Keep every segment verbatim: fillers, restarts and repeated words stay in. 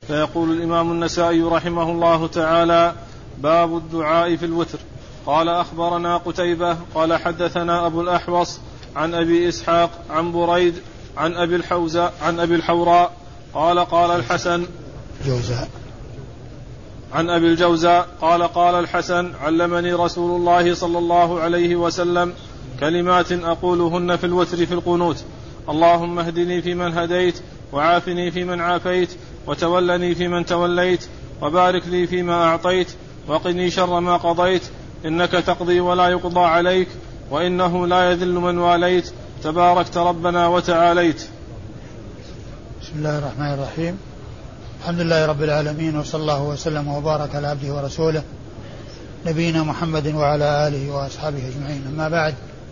فيقول الإمام النسائي رحمه الله تعالى: باب الدعاء في الوتر. قال أخبرنا قتيبة قال حدثنا أبو الأحوص عن أبي إسحاق عن بريد عن أبي الحوزاء عن أبي الحوراء قال قال الحسن جوزاء عن أبي الجوزاء قال قال الحسن: علمني رسول الله صلى الله عليه وسلم كلمات أقولهن في الوتر في القنوت: اللهم اهدني فيمن هديت، وعافني فيمن عافيت، وتولني فيمن توليت، وبارك لي فيما أعطيت، وقني شر ما قضيت، إنك تقضي ولا يقضى عليك، وإنه لا يذل من واليت، تباركت ربنا وتعاليت. بسم الله الرحمن الرحيم. الحمد لله رب العالمين، وصلى الله وسلم وبارك على عبده ورسوله نبينا محمد وعلى آله وأصحابه أجمعين. أما بعد،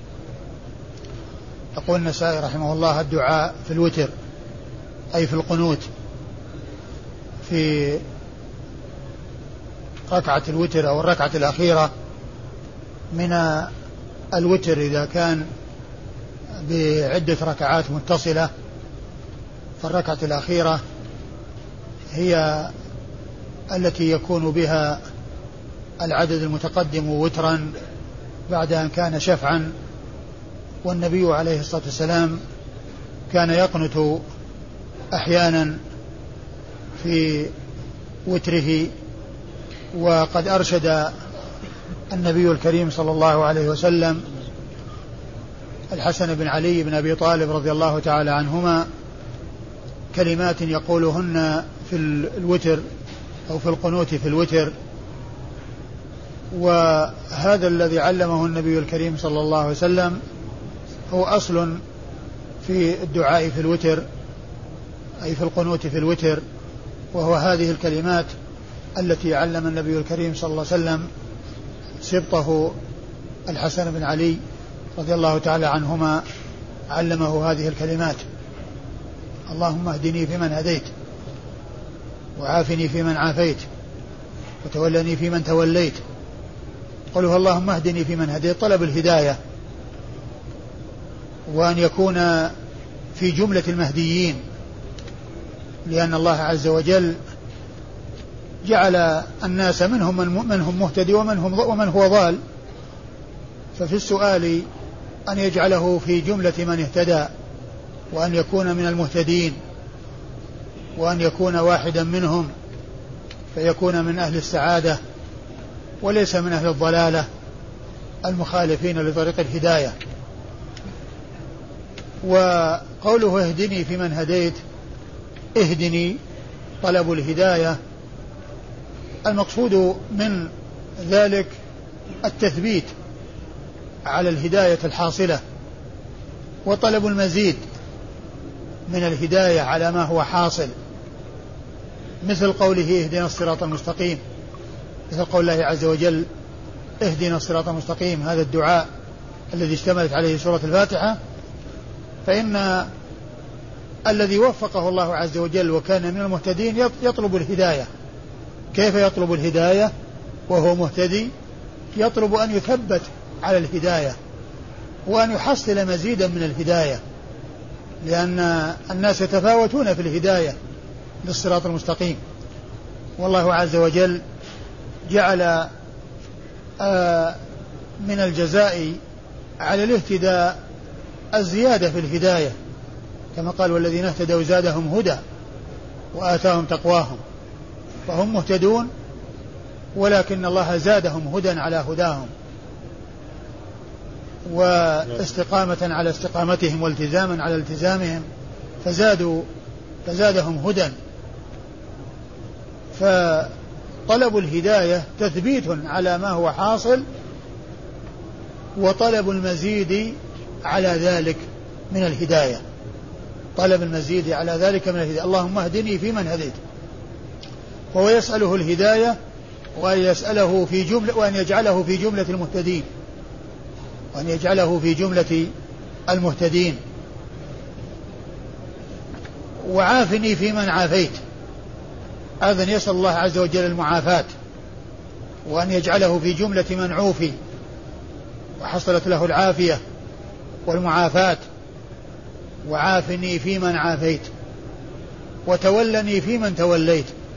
يقول النسائي رحمه الله: الدعاء في الوتر، أي في القنوت، في ركعة الوتر أو الركعة الأخيرة من الوتر إذا كان بعدة ركعات متصلة، فالركعة الأخيرة هي التي يكون بها العدد المتقدم وترا بعد أن كان شفعا. والنبي عليه الصلاة والسلام كان يقنت أحيانا في وتره، وقد أرشد النبي الكريم صلى الله عليه وسلم الحسن بن علي بن أبي طالب رضي الله تعالى عنهما كلمات يقولهن في الوتر أو في القنوت في الوتر. وهذا الذي علمه النبي الكريم صلى الله عليه وسلم هو أصل في الدعاء في الوتر، أي في القنوت في الوتر، وهو هذه الكلمات التي علم النبي الكريم صلى الله عليه وسلم سبطه الحسن بن علي رضي الله تعالى عنهما، علمه هذه الكلمات: اللهم اهدني فيمن هديت، وعافني فيمن عافيت، وتولني فيمن توليت. قوله اللهم اهدني فيمن هديت طلب الهداية، وأن يكون في جملة المهديين، لأن الله عز وجل جعل الناس منهم من منهم مهتدي ومنهم ومن هو ضال، ففي السؤال أن يجعله في جملة من اهتدى، وأن يكون من المهتدين، وأن يكون واحدا منهم فيكون من أهل السعادة وليس من أهل الضلالة المخالفين لطريق الهداية. وقوله اهدني فيمن هديت، اهدني طلب الهداية، المقصود من ذلك التثبيت على الهداية الحاصلة، وطلب المزيد من الهداية على ما هو حاصل، مثل قوله اهدنا الصراط المستقيم، مثل قول الله عز وجل اهدنا الصراط المستقيم، هذا الدعاء الذي اشتملت عليه سورة الفاتحة. فإن الذي وفقه الله عز وجل وكان من المهتدين يطلب الهداية. كيف يطلب الهداية وهو مهتدي؟ يطلب أن يثبت على الهداية وأن يحصل مزيدا من الهداية، لأن الناس يتفاوتون في الهداية للصراط المستقيم، والله عز وجل جعل من الجزاء على الاهتداء الزيادة في الهداية، كما قال والذين اهتدوا زادهم هدى وآتاهم تقواهم، فهم مهتدون ولكن الله زادهم هدى على هداهم، واستقامة على استقامتهم، والتزاما على التزامهم، فزادوا فزادهم هدى. فطلب الهداية تثبيت على ما هو حاصل، وطلب المزيد على ذلك من الهداية، طلب المزيد على ذلك من الهداية. اللهم اهدني فيمن هديت، وهو يسأله الهداية، وأن يسأله في جملة، وأن يجعله في جملة المهتدين، وأن يجعله في جملة المهتدين. وعافني فيمن عافيت، أيضا يسأل الله عز وجل المعافاة، وأن يجعله في جملة من عوفي وحصلت له العافية والمعافاة. وعافني فيمن عافيت، وتولني فيمن توليت،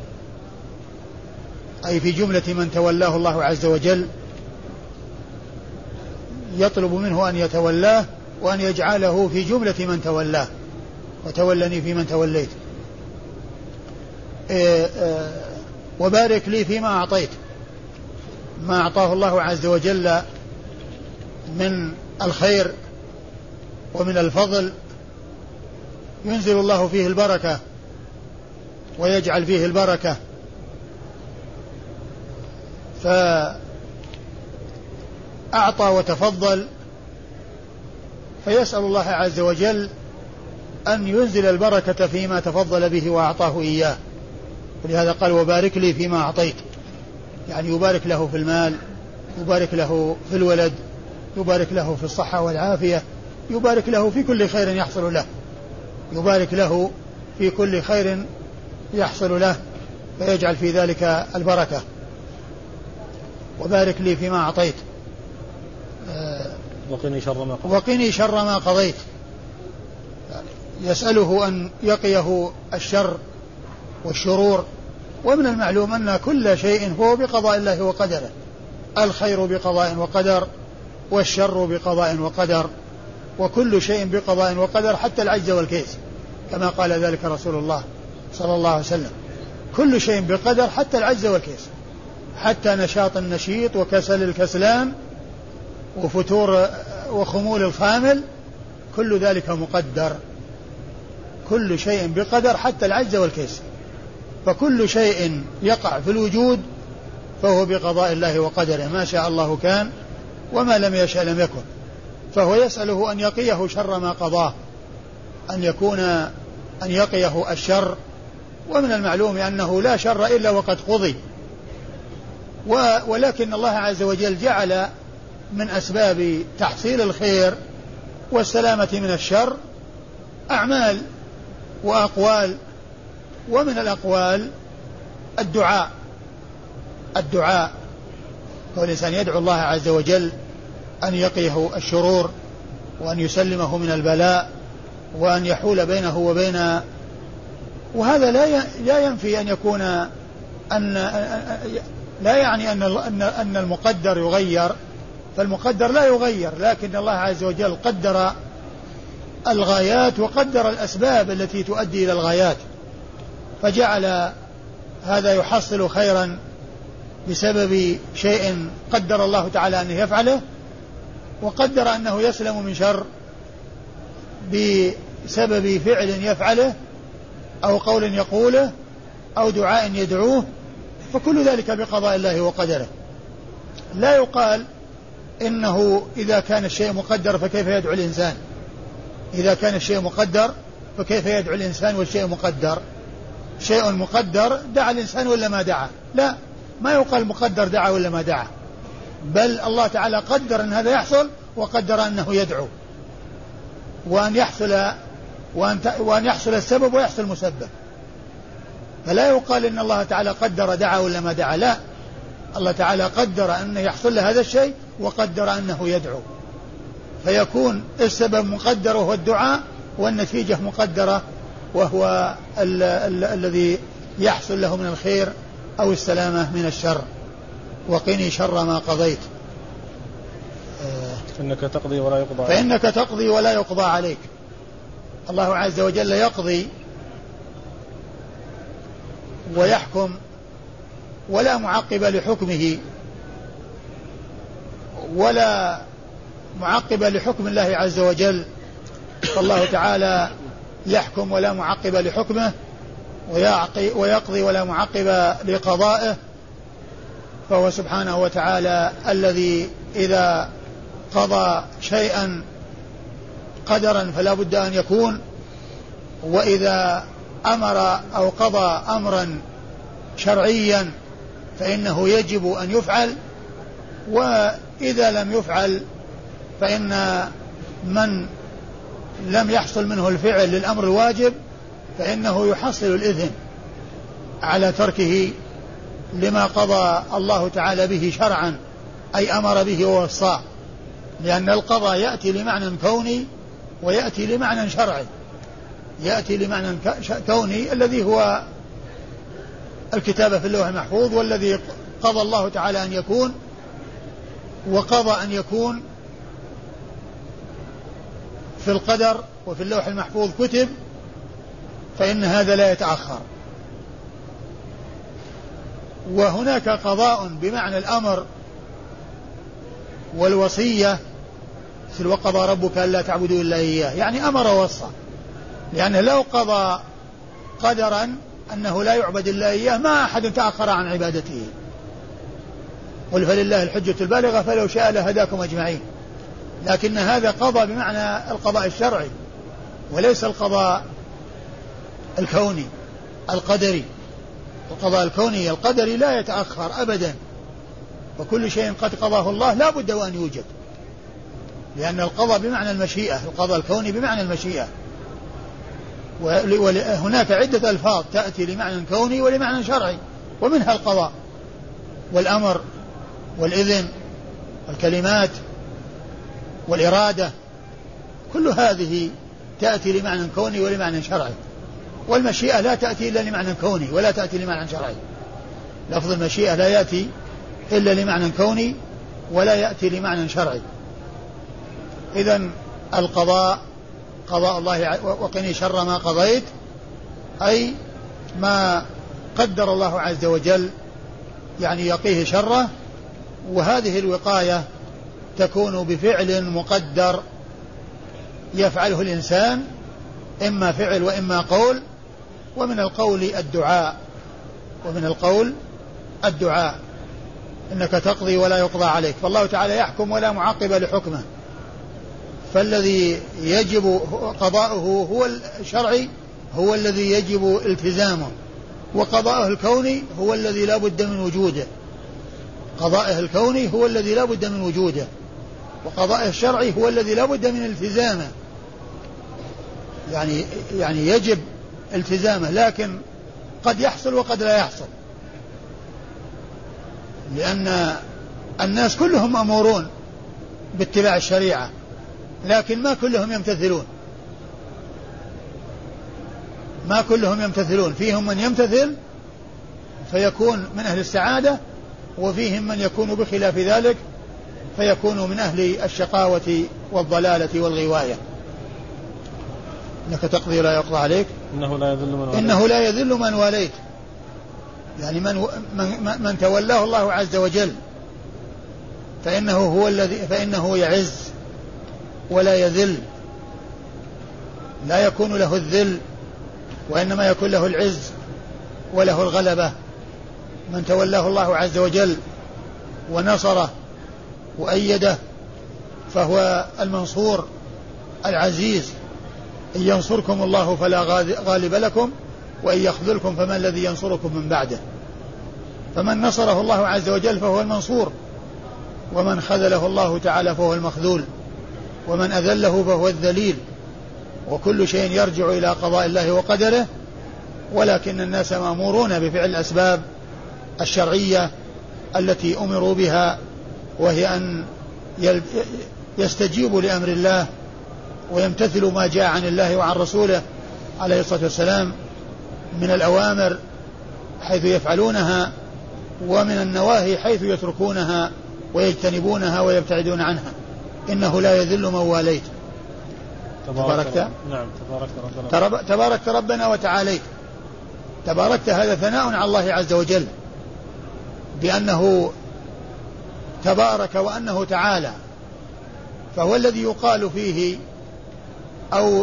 أي في جملة من تولاه الله عز وجل، يطلب منه أن يتولاه وأن يجعله في جملة من تولاه، وتولني في من توليت. إيه إيه وبارك لي فيما أعطيت، ما أعطاه الله عز وجل من الخير ومن الفضل ينزل الله فيه البركة ويجعل فيه البركة، فأعطى وتفضل، فيسأل الله عز وجل أن ينزل البركة فيما تفضل به وأعطاه إياه. ولهذا قال وبارك لي فيما أعطيت، يعني يبارك له في المال، يبارك له في الولد، يبارك له في الصحة والعافية، يبارك له في كل خير يحصل له، يبارك له في كل خير يحصل له، فيجعل في ذلك البركة. وبارك لي فيما أعطيت وقني شر ما قضيت وقني شر ما قضيت، يسأله أن يقيه الشر والشرور. ومن المعلوم أن كل شيء هو بقضاء الله وقدره، الخير بقضاء وقدر، والشر بقضاء وقدر، وكل شيء بقضاء وقدر حتى العجز والكيس، كما قال ذلك رسول الله صلى الله عليه وسلم. كل شيء بقدر حتى العجز والكيس، حتى نشاط النشيط وكسل الكسلان وفتور وخمول الخامل، كل ذلك مقدر. كل شيء بقدر حتى العجز والكيس، فكل شيء يقع في الوجود فهو بقضاء الله وقدره، ما شاء الله كان وما لم يشأ لم يكن. فهو يسأله أن يقيه شر ما قضاه، أن يكون أن يقيه الشر. ومن المعلوم أنه لا شر إلا وقد قضي، ولكن الله عز وجل جعل من أسباب تحصيل الخير والسلامة من الشر أعمال وأقوال. ومن الأقوال الدعاء، الدعاء والإنسان يدعو الله عز وجل أن يقيه الشرور وأن يسلمه من البلاء وأن يحول بينه وبين. وهذا لا لا ينفي أن يكون أن لا يعني أن أن المقدر يغير، فالمقدر لا يغير، لكن الله عز وجل قدر الغايات وقدر الأسباب التي تؤدي إلى الغايات، فجعل هذا يحصل خيرا بسبب شيء قدر الله تعالى أنه يفعله، وقدر أنه يسلم من شر بسبب فعل يفعله أو قول يقوله أو دعاء يدعوه، فكل ذلك بقضاء الله وقدره. لا يقال إنه إذا كان الشيء مقدر فكيف يدعو الإنسان، إذا كان الشيء مقدر فكيف يدعو الإنسان والشيء مقدر. شيء مقدر دعا الإنسان ولا ما دعا، لا، ما يقال مقدر دعا ولا ما دعا، بل الله تعالى قدر أن هذا يحصل وقدر أنه يدعو، وأن يحصل وأن, وأن يحصل السبب ويحصل المسبب. فلا يقال إن الله تعالى قدر دعا ولا ما دعا، لا، الله تعالى قدر أن يحصل له هذا الشيء وقدر أنه يدعو، فيكون السبب مقدر وهو الدعاء، والنتيجة مقدرة وهو ال- ال- الذي يحصل له من الخير أو السلامة من الشر. وقني شر ما قضيت فإنك تقضي ولا يقضى عليك فإنك تقضي ولا يقضى عليك. الله عز وجل يقضي ويحكم ولا معقب لحكمه، ولا معقب لحكم الله عز وجل، فالله تعالى يحكم ولا معقب لحكمه، ويقضي ولا معقب لقضائه. فهو سبحانه وتعالى الذي إذا قضى شيئا قدرا فلا بد أن يكون، وإذا أمر أو قضى أمرا شرعيا فإنه يجب أن يفعل، وإذا لم يفعل فإن من لم يحصل منه الفعل للأمر الواجب فإنه يحصل الإثم على تركه لما قضى الله تعالى به شرعا، أي أمر به ووصاه، لأن القضاء يأتي لمعنى كوني ويأتي لمعنى شرعي. يأتي لمعنى كوني الذي هو الكتابة في اللوح المحفوظ، والذي قضى الله تعالى أن يكون وقضى أن يكون في القدر وفي اللوح المحفوظ كتب، فإن هذا لا يتأخر. وهناك قضاء بمعنى الأمر والوصية، مثل وقضى ربك ألا تعبدوا إلا إياه، يعني أمر ووصى، لأنه لو قضى قدرا أنه لا يعبد إلا إياه ما أحد تأخر عن عبادته. قل فلله الحجة البالغة فلو شاء لهداكم أجمعين. لكن هذا قضى بمعنى القضاء الشرعي وليس القضاء الكوني القدري. القضاء الكوني القدري لا يتأخر أبدا، وكل شيء قد قضاه الله لا بد وأن يوجد، لأن القضاء بمعنى المشيئة، القضاء الكوني بمعنى المشيئة. وهناك عدة ألفاظ تأتي لمعنى كوني ولمعنى شرعي، ومنها القضاء والأمر والإذن والكلمات والإرادة، كل هذه تأتي لمعنى كوني ولمعنى شرعي. والمشيئة لا تأتي إلا لمعنى كوني ولا تأتي لمعنى شرعي. لفظ المشيئة لا يأتي إلا لمعنى كوني ولا يأتي لمعنى شرعي. إذن القضاء قضاء الله وقني شر ما قضيت، أي ما قدر الله عز وجل يعني يقيه شره. وهذه الوقاية تكون بفعل مقدر يفعله الإنسان، إما فعل وإما قول. ومن القول الدعاء ومن القول الدعاء إنك تقضي ولا يقضى عليك، فالله تعالى يحكم ولا معقب لحكمه، فالذي يجب قضاؤه هو الشرعي هو الذي يجب التزامه، وقضاؤه الكوني هو الذي لا بد من وجوده. قضاءه الكوني هو الذي لا بد من وجوده، وقضاءه الشرعي هو الذي لا بد من التزامه. يعني يعني يجب التزامه، لكن قد يحصل وقد لا يحصل، لأن الناس كلهم أمورون باتباع الشريعة، لكن ما كلهم يمتثلون ما كلهم يمتثلون فيهم من يمتثل فيكون من أهل السعادة، وفيهم من يكون بخلاف ذلك فيكون من أهل الشقاوة والضلالة والغواية. إنك تقضي لا يقضى عليك إنه لا يذل من واليت إنه لا يذل من واليت، يعني من, من, من تولاه الله عز وجل فإنه هو الذي فإنه يعز ولا يذل، لا يكون له الذل وإنما يكون له العز وله الغلبة. من تولاه الله عز وجل ونصره وأيده فهو المنصور العزيز. إن ينصركم الله فلا غالب لكم وإن يخذلكم فمن الذي ينصركم من بعده. فمن نصره الله عز وجل فهو المنصور، ومن خذله الله تعالى فهو المخذول، ومن أذله فهو الذليل. وكل شيء يرجع إلى قضاء الله وقدره، ولكن الناس مأمورون بفعل الأسباب الشرعية التي أمروا بها، وهي أن يستجيبوا لأمر الله ويمتثلوا ما جاء عن الله وعن رسوله عليه الصلاة والسلام من الأوامر حيث يفعلونها، ومن النواهي حيث يتركونها ويجتنبونها ويبتعدون عنها. إنه لا يذل من واليت. تباركت نعم تباركت ربنا تباركت ربنا وتعاليت. تباركت هذا ثناء على الله عز وجل بأنه تبارك وأنه تعالى، فهو الذي يقال فيه أو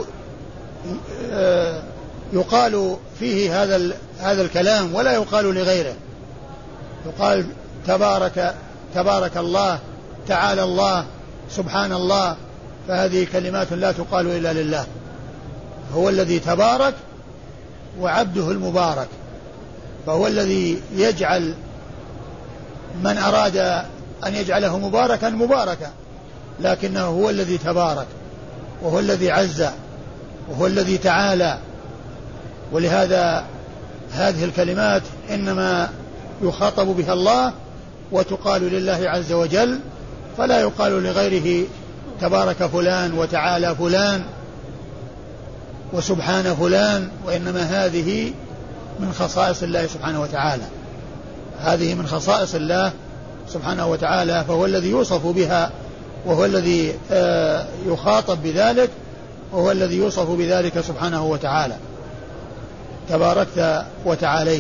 يقال فيه هذا هذا الكلام ولا يقال لغيره. يقال تبارك تبارك الله، تعالى الله، سبحان الله، فهذه كلمات لا تقال إلا لله. هو الذي تبارك وعبده المبارك، فهو الذي يجعل من أراد أن يجعله مباركا مباركا، لكنه هو الذي تبارك وهو الذي عز وهو الذي تعالى. ولهذا هذه الكلمات إنما يخاطب بها الله وتقال لله عز وجل، فلا يقال لغيره تبارك فلان وتعالى فلان وسبحان فلان، وإنما هذه من خصائص الله سبحانه وتعالى، هذه من خصائص الله سبحانه وتعالى، فهو الذي يوصف بها، وهو الذي يخاطب بذلك، وهو الذي يوصف بذلك سبحانه وتعالى. تباركت وتعاليت،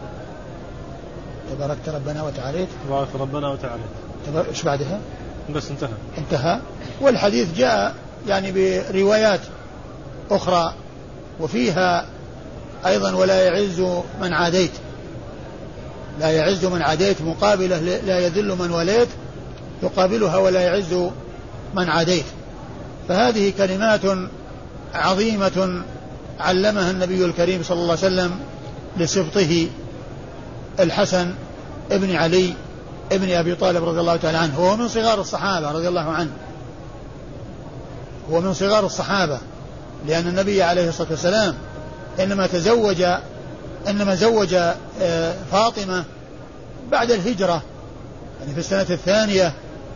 تباركت ربنا وتعاليت، تباركت ربنا وتعاليت. ايش بعدها؟ بس انتهى انتهى. والحديث جاء يعني بروايات أخرى وفيها أيضا ولا يعز من عاديت، لا يعز من عاديت مقابله لا يذل من وليت، يقابلها ولا يعز من عاديت. فهذه كلمات عظيمة علمها النبي الكريم صلى الله عليه وسلم لسبطه الحسن ابن علي ابن أبي طالب رضي الله تعالى عنه، وهو من صغار الصحابة رضي الله عنه، هو من صغار الصحابة، لأن النبي عليه الصلاة والسلام إنما تزوج إنما زوج فاطمة بعد الهجرة، يعني في السنة الثانية،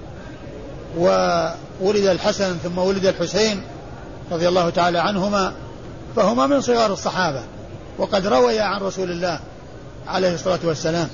وولد الحسن ثم ولد الحسين رضي الله تعالى عنهما، فهما من صغار الصحابة، وقد روي عن رسول الله عليه الصلاة والسلام،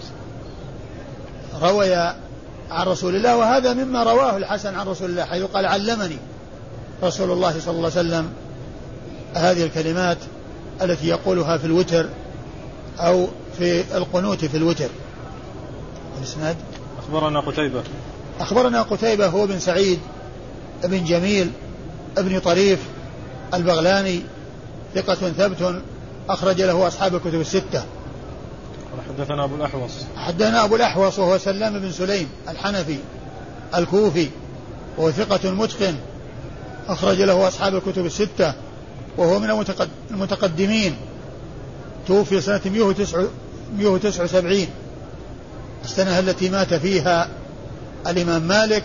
روي عن رسول الله. وهذا مما رواه الحسن عن رسول الله، حيث قال علمني رسول الله صلى الله عليه وسلم هذه الكلمات التي يقولها في الوتر أو في القنوت في الوتر. الإسناد: أخبرنا قتيبة أخبرنا قتيبة هو بن سعيد ابن جميل ابن طريف البغلاني، ثقة ثبت أخرج له أصحاب الكتب الستة. حدثنا أبو الأحوص حدثنا أبو الأحوص وهو سلام بن سليم الحنفي الكوفي، وهو ثقة متقن أخرج له أصحاب الكتب الستة، وهو من المتقدمين، توفي سنة مئة وتسعة وسبعين، السنة التي مات فيها الإمام مالك.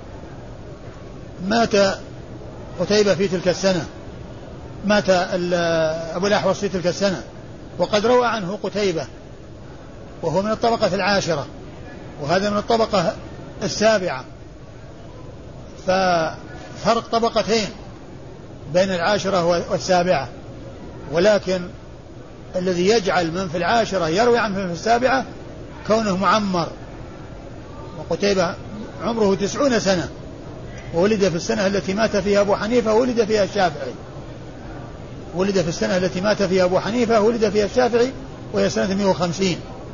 مات قتيبة في تلك السنة، مات أبو الأحوص في تلك السنة، وقد روى عنه قتيبة وهو من الطبقة العاشرة، وهذا من الطبقة السابعة، ففرق طبقتين بين العاشرة والسابعة، ولكن الذي يجعل من في العاشرة يروي عن من في السابعة كونه معمر، وقتيبة عمره تسعون سنة، وولد في السنة التي مات فيها أبو حنيفة وولد فيها الشافعي، ولد في السنة التي مات فيها أبو حنيفة وولد فيها الشافعي، وهي سنة مئة وخمسين.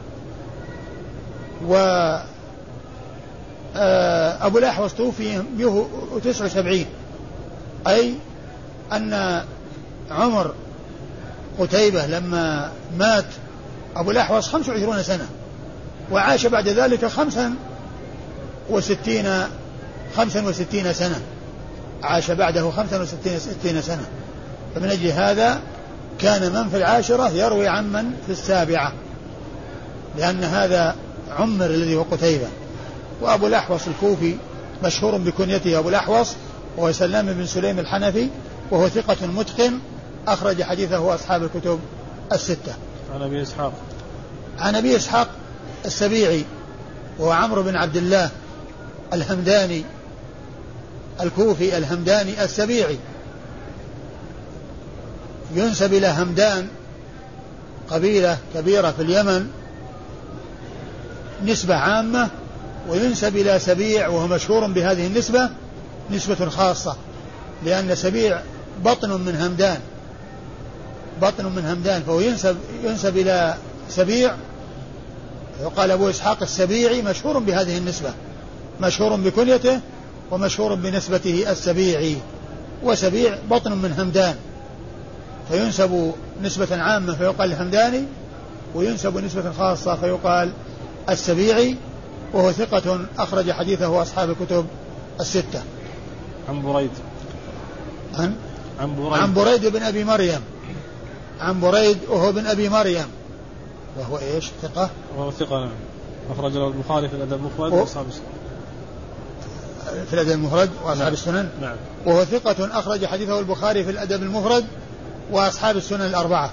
وأبو الأحوص توفي مئة وتسعة وسبعين، أي أن عمر قتيبة لما مات أبو الأحوص خمس وعشرون سنة، وعاش بعد ذلك خمسا وستين خمسا وستين سنة، عاش بعده خمسا وستين سنة. فمن أجل هذا كان من في العاشرة يروي عن من في السابعة، لأن هذا عمر الذي هو قتيبة. وأبو الأحوص الكوفي مشهور بكنيته أبو الأحوص، وهو سلام بن سليم الحنفي، وهو ثقة متقن أخرج حديثه أصحاب الكتب الستة. عن أبي إسحاق عن أبي إسحاق السبيعي وهو عمرو بن عبد الله الهمداني الكوفي الهمداني السبيعي، ينسب إلى همدان قبيلة كبيرة في اليمن نسبة عامة، وينسب إلى سبيع وهو مشهور بهذه النسبة نسبة خاصة، لأن سبيع بطن من همدان، بطن من همدان، فهو ينسب, ينسب إلى سبيع، وقال أبو إسحاق السبيعي مشهور بهذه النسبة، مشهور بكنيته ومشهور بنسبته السبيعي، وسبيع بطن من همدان، فينسب نسبة عامة فيقال الهمداني، وينسب نسبة خاصة فيقال السبيعي، وهو ثقة أخرج حديثه أصحاب الكتب الستة. عن بريد عن عن بريد, عن بريد بن أبي مريم، عن بريد وهو بن أبي مريم، وهو إيش؟ ثقة، وهو ثقة نعم، أخرج له البخاري في الأدب المفرد وأصحاب السنن، في الأدب المفرد وأصحاب نعم. السنن نعم. وهو ثقة أخرج حديثه البخاري في الأدب المفرد وأصحاب السنن الأربعة.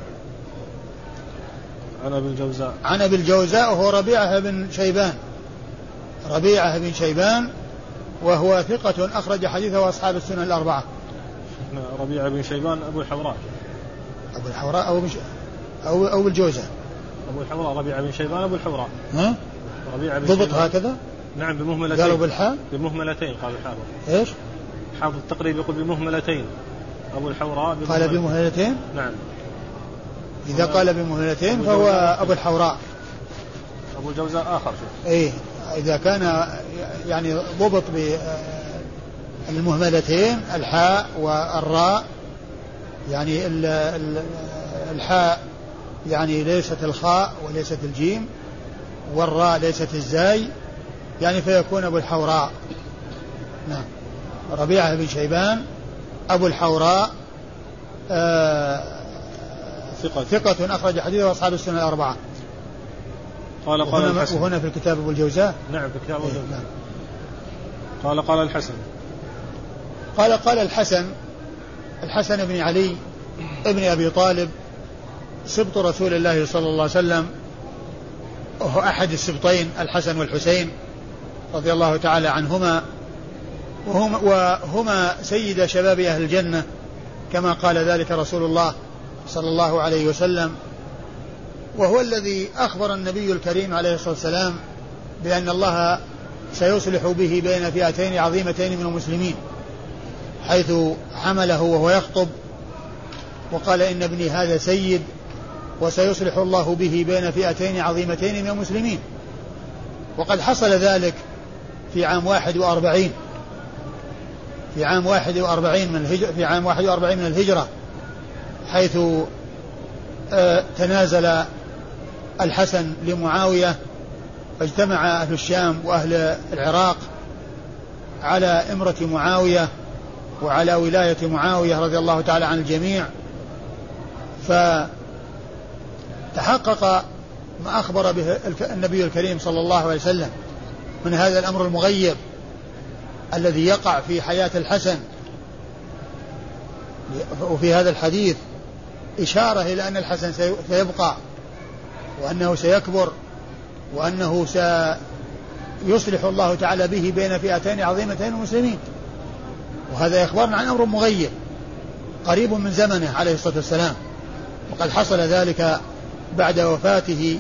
عن أبي الجوزاء عن أبي الجوزاء وهو ربيعة بن شيبان، ربيعة بن شيبان، وهو ثقة أخرج حديثه أصحاب السنن الأربعة. ربيعة بن شيبان أبو الحوراء، أبو الحوراء أو مش أو أو بالجوزة. أبو الحوراء ربيعة بن شيبان أبو الحوراء. ها؟ ربيعة بن ضبط شيبان. هكذا؟ نعم بمهملتين. قالوا بالحاء؟ بمهملتين قال الحافظ. إيش؟ حافظ التقريب يقول بمهملتين. أبو الحوراء بمهملتين. قال بمهملتين؟ نعم. إذا قال بمهملتين فهو أبو الحوراء. أبو الجوزاء آخر شيء. إيه إذا كان يعني ضبط بالمهملتين الحاء والراء، يعني الحاء يعني ليست الخاء وليست الجيم، والراء ليست الزاي، يعني فيكون أبو الحوراء. نعم. ربيعة بن شيبان أبو الحوراء آه ثقة ثقة أخرج حديثه أصحاب السنة الأربعة. قال قال وهنا, الحسن. وهنا في الكتاب أبو الجوزاء. نعم في كتاب أبو الجوزاء. نعم. قال قال الحسن. قال قال الحسن الحسن بن علي ابن أبي طالب سبط رسول الله صلى الله عليه وسلم، وهو أحد السبطين الحسن والحسين رضي الله تعالى عنهما، وهما, وهما سيد شباب أهل الجنة كما قال ذلك رسول الله صلى الله عليه وسلم، وهو الذي أخبر النبي الكريم عليه الصلاة والسلام بأن الله سيصلح به بين فئتين عظيمتين من المسلمين، حيث حمله وهو يخطب وقال إن ابني هذا سيد وسيصلح الله به بين فئتين عظيمتين من المسلمين. وقد حصل ذلك في عام واحد وأربعين في عام واحد وأربعين من الهجرة في عام واحد وأربعين من الهجرة، حيث تنازل الحسن لمعاوية، فاجتمع أهل الشام وأهل العراق على إمرة معاوية وعلى ولاية معاوية رضي الله تعالى عن الجميع، فتحقق ما أخبر به النبي الكريم صلى الله عليه وسلم من هذا الأمر المغيب الذي يقع في حياة الحسن. وفي هذا الحديث إشارة إلى أن الحسن سيبقى وأنه سيكبر وأنه سيصلح الله تعالى به بين فئتين عظيمتين المسلمين، وهذا يخبرنا عن أمر مغيب قريب من زمنه عليه الصلاة والسلام، وقد حصل ذلك بعد وفاته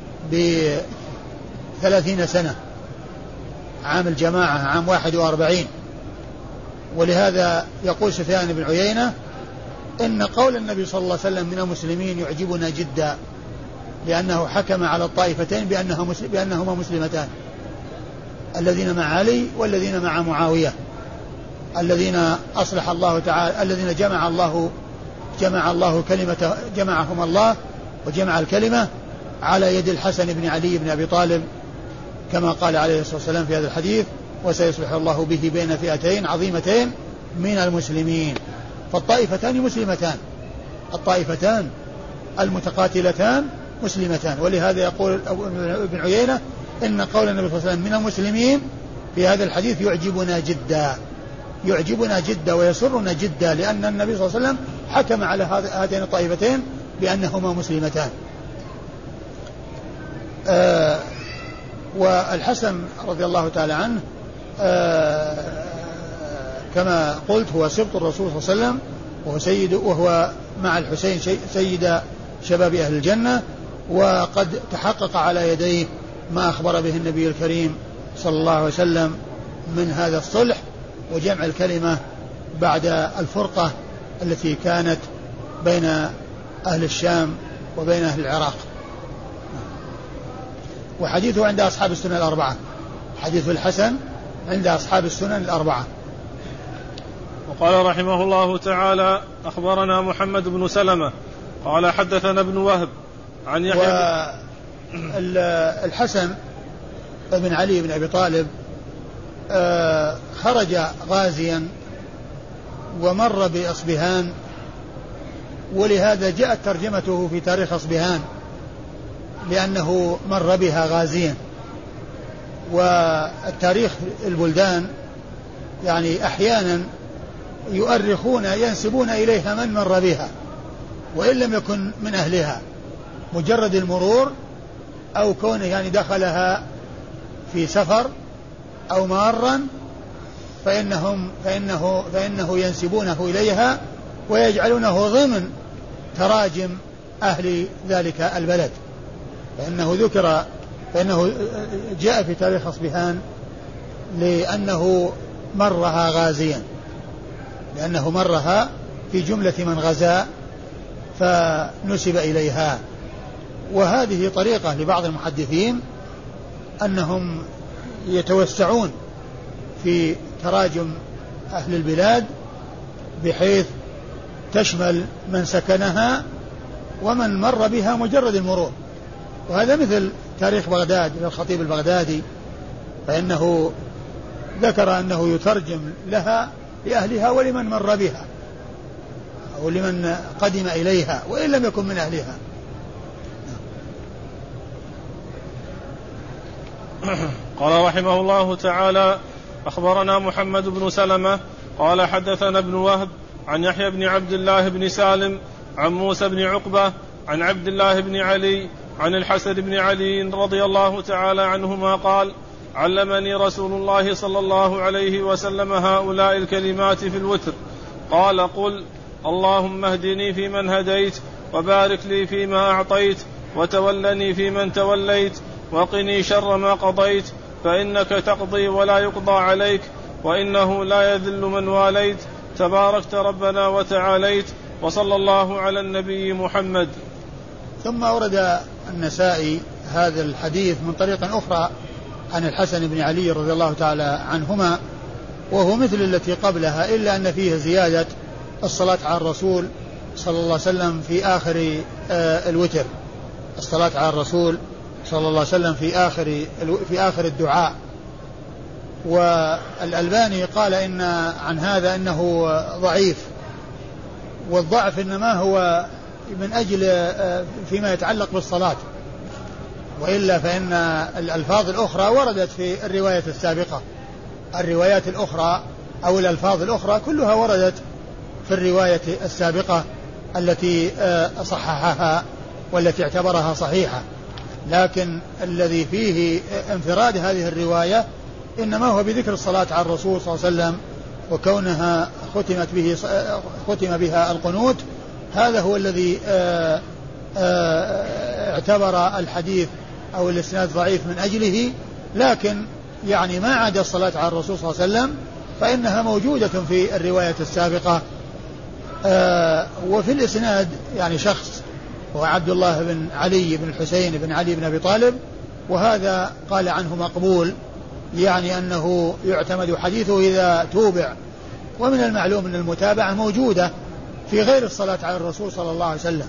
بثلاثين سنة، عام الجماعة عام واحد وأربعين. ولهذا يقول سفيان بن عيينة إن قول النبي صلى الله عليه وسلم من المسلمين يعجبنا جدا، لأنه حكم على الطائفتين بأنهما مسلمتان، الذين مع علي والذين مع معاوية، الذين أصلح الله تعالى الذين جمع الله جمع الله كلمة جمعهم الله وجمع الكلمة على يد الحسن بن علي بن أبي طالب، كما قال عليه الصلاة والسلام في هذا الحديث وسيصلح الله به بين فئتين عظيمتين من المسلمين. فالطائفتان مسلمتان، الطائفتان المتقاتلتان مسلمتان. ولهذا يقول ابن عيينة إن قول النبي صلى الله عليه وسلم من المسلمين في هذا الحديث يعجبنا جدا يعجبنا جدا ويسرنا جدا، لأن النبي صلى الله عليه وسلم حكم على هاتين الطائفتين بأنهما مسلمتان. آه والحسن رضي الله تعالى عنه آه كما قلت هو سبط الرسول صلى الله عليه وسلم، وهو سيد وهو مع الحسين سيد شباب أهل الجنة، وقد تحقق على يديه ما أخبر به النبي الكريم صلى الله عليه وسلم من هذا الصلح وجمع الكلمة بعد الفرقة التي كانت بين أهل الشام وبين أهل العراق. وحديثه عند أصحاب السنن الأربعة، حديث الحسن عند أصحاب السنن الأربعة. وقال رحمه الله تعالى أخبرنا محمد بن سلمة قال حدثنا ابن وهب عن يحيى. الحسن بن علي بن أبي طالب خرج غازيا ومر بأصبهان، ولهذا جاءت ترجمته في تاريخ أصبهان لأنه مر بها غازيا. والتاريخ البلدان يعني أحيانا يؤرخون ينسبون إليها من مر بها وإن لم يكن من أهلها، مجرد المرور أو كونه يعني دخلها في سفر أو مارا فإنهم فإنه, فإنه ينسبونه إليها ويجعلونه ضمن تراجم أهل ذلك البلد، فإنه ذكر فإنه جاء في تاريخ أصبهان لأنه مرها غازيا، لأنه مرها في جملة من غزا فنسب إليها. وهذه طريقة لبعض المحدثين أنهم يتوسعون في تراجم أهل البلاد بحيث تشمل من سكنها ومن مر بها مجرد المرور. وهذا مثل تاريخ بغداد للخطيب البغدادي، فإنه ذكر أنه يترجم لها لأهلها ولمن مر بها أو لمن قدم إليها وإن لم يكن من أهلها. قال رحمه الله تعالى: أخبرنا محمد بن سلمة قال حدثنا ابن وهب عن يحيى بن عبد الله بن سالم عن موسى بن عقبة عن عبد الله بن علي عن الحسن بن علي رضي الله تعالى عنهما قال: علمني رسول الله صلى الله عليه وسلم هؤلاء الكلمات في الوتر. قال: قل اللهم اهدني فيمن هديت، وبارك لي فيما أعطيت، وتولني فيمن توليت، وقني شر ما قضيت، فإنك تقضي ولا يقضى عليك، وإنه لا يذل من واليت، تباركت ربنا وتعاليت، وصلى الله على النبي محمد. ثم أورد النسائي هذا الحديث من طريق أخرى عن الحسن بن علي رضي الله تعالى عنهما، وهو مثل التي قبلها إلا أن فيه زيادة الصلاة على الرسول صلى الله عليه وسلم في آخر آه الوتر، الصلاة على الرسول صلى الله عليه وسلم في آخر في آخر الدعاء. والألباني قال إن عن هذا أنه ضعيف، والضعف إنما هو من أجل فيما يتعلق بالصلاة، وإلا فإن الألفاظ الأخرى وردت في الرواية السابقة، الروايات الأخرى أو الألفاظ الأخرى كلها وردت في الرواية السابقة التي صححها والتي اعتبرها صحيحة، لكن الذي فيه انفراد هذه الرواية إنما هو بذكر الصلاة على الرسول صلى الله عليه وسلم وكونها ختمت به ختم بها القنوت. هذا هو الذي اه اه اعتبر الحديث أو الإسناد ضعيف من أجله، لكن يعني ما عدا الصلاة على الرسول صلى الله عليه وسلم فإنها موجودة في الرواية السابقة. اه وفي الإسناد يعني شخص هو عبد الله بن علي بن الحسين بن علي بن أبي طالب، وهذا قال عنه مقبول، يعني أنه يعتمد حديثه إذا توبع، ومن المعلوم أن المتابعة موجودة في غير الصلاة على الرسول صلى الله عليه وسلم.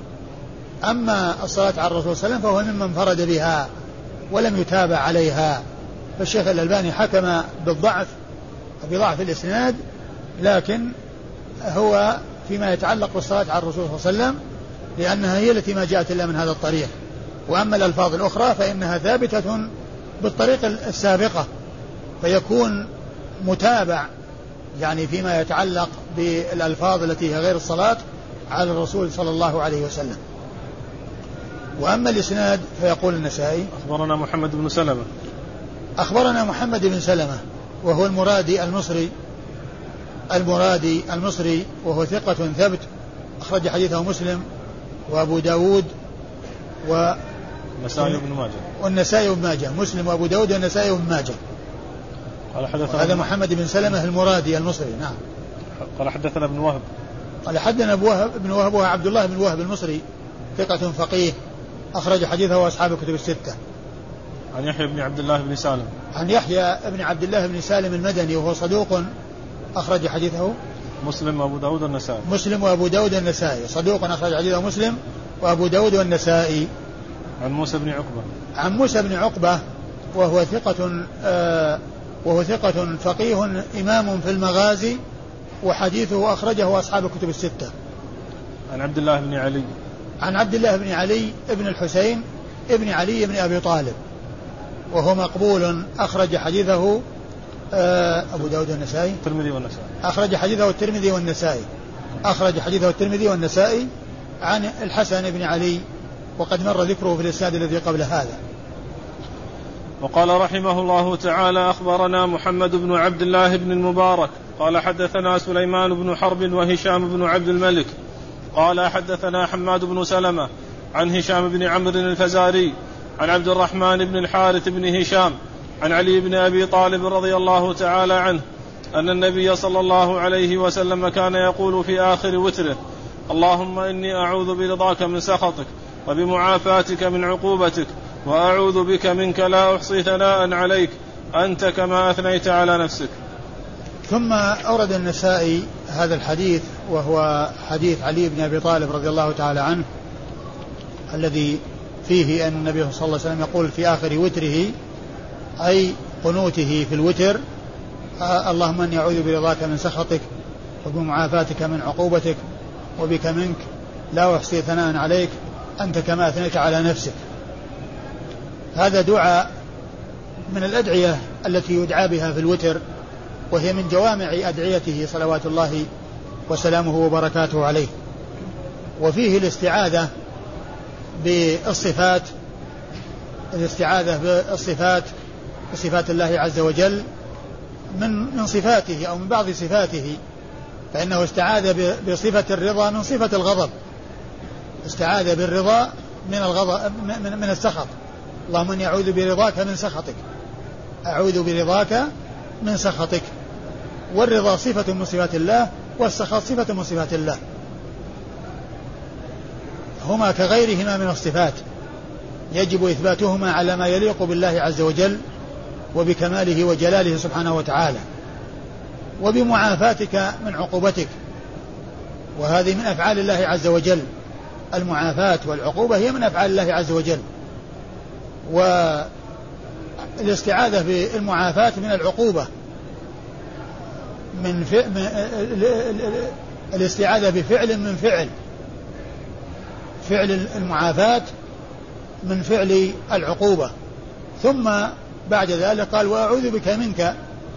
أما الصلاة على الرسول صلى الله عليه وسلم فهو ممن فرد بها ولم يتابع عليها، فالشيخ الألباني حكم بالضعف بضعف الإسناد، لكن هو فيما يتعلق بالصلاة على الرسول صلى الله عليه وسلم لأنها هي التي ما جاءت إلا من هذا الطريق، وأما الألفاظ الأخرى فإنها ثابتة بالطريق السابقة، فيكون متابع يعني فيما يتعلق بالألفاظ التي هي غير الصلاة على الرسول صلى الله عليه وسلم. وأما الإسناد فيقول النسائي: أخبرنا محمد بن سلمة أخبرنا محمد بن سلمة وهو المرادي المصري المرادي المصري وهو ثقة ثبت، أخرج حديثه مسلم وأبو داود و النسائي وابن ماجه والنسائي وابن ماجه مسلم وأبو داود والنسائي وابن ماجه. قال حدثنا هذا محمد بن سلمة المرادي المصري. نعم. قال حدثنا ابن وهب قال حدثنا ابن وهب ابن وهب وهو عبد الله بن وهب المصري ثقة فقيه، أخرج حديثه أصحاب الكتب الستة. عن يحيى بن عبد الله بن سالم عن يحيى بن عبد الله بن سالم المدني وهو صدوق، أخرج حديثه مسلم وأبو داود والنسائي مسلم وأبو داود والنسائي صدوق أخرج حديثه مسلم وأبو داود والنسائي. عن موسى بن عقبة عن موسى بن عقبة وهو ثقة آه وهو ثقة فقيه إمام في المغازي، وحديثه أخرجه أصحاب الكتب الستة. عن عبد الله بن علي عن عبد الله بن علي ابن الحسين ابن علي بن أبي طالب، وهو مقبول، أخرج حديثه آه أبو داود والنسائي الترمذي والنسائي أخرج حديثه الترمذي والنسائي أخرج حديثه الترمذي والنسائي عن الحسن بن علي، وقد مر ذكره في الإسناد الذي قبل هذا. وقال رحمه الله تعالى: أخبرنا محمد بن عبد الله بن المبارك قال حدثنا سليمان بن حرب وهشام بن عبد الملك قال حدثنا حماد بن سلمة عن هشام بن عمرو الفزاري عن عبد الرحمن بن الحارث بن هشام عن علي بن أبي طالب رضي الله تعالى عنه أن النبي صلى الله عليه وسلم كان يقول في آخر وتره: اللهم إني أعوذ برضاك من سخطك وبمعافاتك من عقوبتك وأعوذ بك منك لا أحصي ثناء عليك أنت كما أثنيت على نفسك. ثم أورد النسائي هذا الحديث وهو حديث علي بن أبي طالب رضي الله تعالى عنه الذي فيه أن النبي صلى الله عليه وسلم يقول في آخر وتره أي قنوته في الوتر: اللهم إني أعوذ برضاك من سخطك وبمعافاتك من عقوبتك وبك منك لا أحصي ثناء عليك أنت كما أثنيت على نفسك. هذا دعاء من الأدعية التي يدعى بها في الوتر، وهي من جوامع أدعيته صلوات الله وسلامه وبركاته عليه. وفيه الاستعاذة بالصفات الاستعاذة بالصفات بصفات الله عز وجل من من صفاته أو من بعض صفاته، فإنه استعاذ بصفة الرضا من صفة الغضب، استعاذ بالرضا من الغضب من, من السخط. اللهم إني أعوذ برضاك من سخطك، أعوذ برضاك من سخطك. والرضا صفة من صفات الله والسخط صفة من صفات الله، هما كغيرهما من الصفات يجب إثباتهما على ما يليق بالله عز وجل وبكماله وجلاله سبحانه وتعالى. وبمعافاتك من عقوبتك، وهذه من أفعال الله عز وجل، المعافاة والعقوبة هي من أفعال الله عز وجل. والاستعاذة بالمعافاة من العقوبة من ف... الاستعاذة بفعل من فعل فعل المعافاة من فعل العقوبة. ثم بعد ذلك قال: وأعوذ بك منك،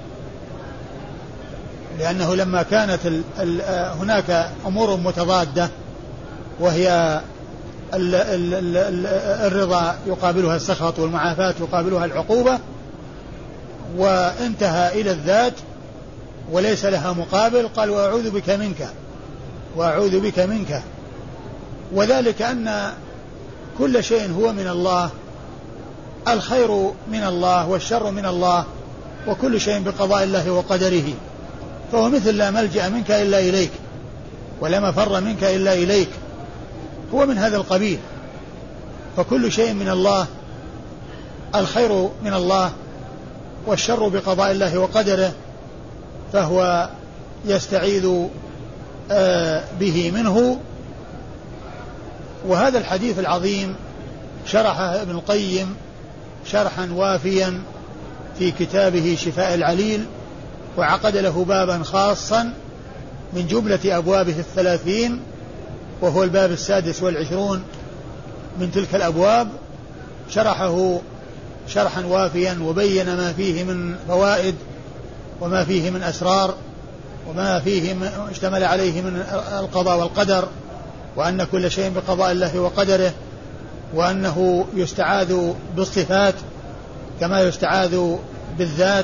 لأنه لما كانت ال ال هناك أمور متضادة، وهي ال ال ال الرضا يقابلها السخط والمعافاة يقابلها العقوبة، وانتهى إلى الذات وليس لها مقابل، قال: وأعوذ بك منك، وأعوذ بك منك. وذلك أن كل شيء هو من الله، الخير من الله والشر من الله، وكل شيء بقضاء الله وقدره، فهو مثل لا ملجأ منك إلا إليك ولا مفر منك إلا إليك، هو من هذا القبيل. فكل شيء من الله، الخير من الله والشر بقضاء الله وقدره، فهو يستعيذ به منه. وهذا الحديث العظيم شرحه ابن القيم شرحا وافيا في كتابه شفاء العليل، وعقد له بابا خاصا من جملة أبوابه الثلاثين، وهو الباب السادس والعشرون من تلك الأبواب، شرحه شرحا وافيا وبين ما فيه من فوائد وما فيه من أسرار وما فيه من اشتمل عليه من القضاء والقدر، وأن كل شيء بقضاء الله وقدره، وأنه يستعاذ بالصفات كما يستعاذ بالذات،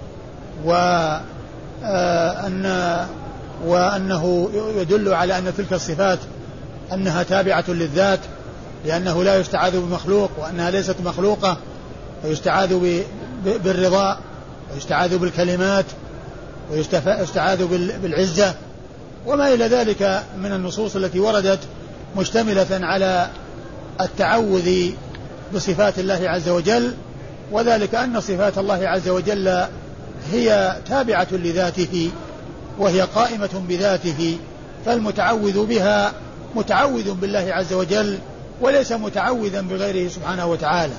وأن وأنه يدل على أن تلك الصفات أنها تابعة للذات، لأنه لا يستعاذ بمخلوق وأنها ليست مخلوقة، فيستعاذ بالرضا ويستعاذ بالكلمات ويستعاذ بالعزة وما إلى ذلك من النصوص التي وردت مشتملة على التعوذ بصفات الله عز وجل. وذلك أن صفات الله عز وجل هي تابعة لذاته وهي قائمة بذاته، فالمتعوذ بها متعوذ بالله عز وجل وليس متعوذا بغيره سبحانه وتعالى.